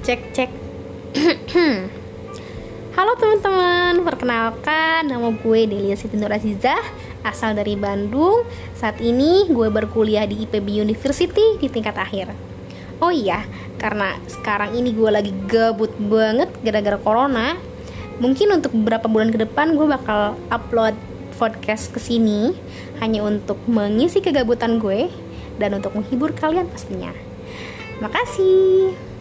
Cek cek. Halo teman-teman, perkenalkan nama gue Delia Siti Nur Azizah, asal dari Bandung. Saat ini gue berkuliah di IPB University di tingkat akhir. Oh iya, karena sekarang ini gue lagi gabut banget gara-gara corona, mungkin untuk beberapa bulan ke depan gue bakal upload podcast ke sini hanya untuk mengisi kegabutan gue dan untuk menghibur kalian pastinya. Makasih.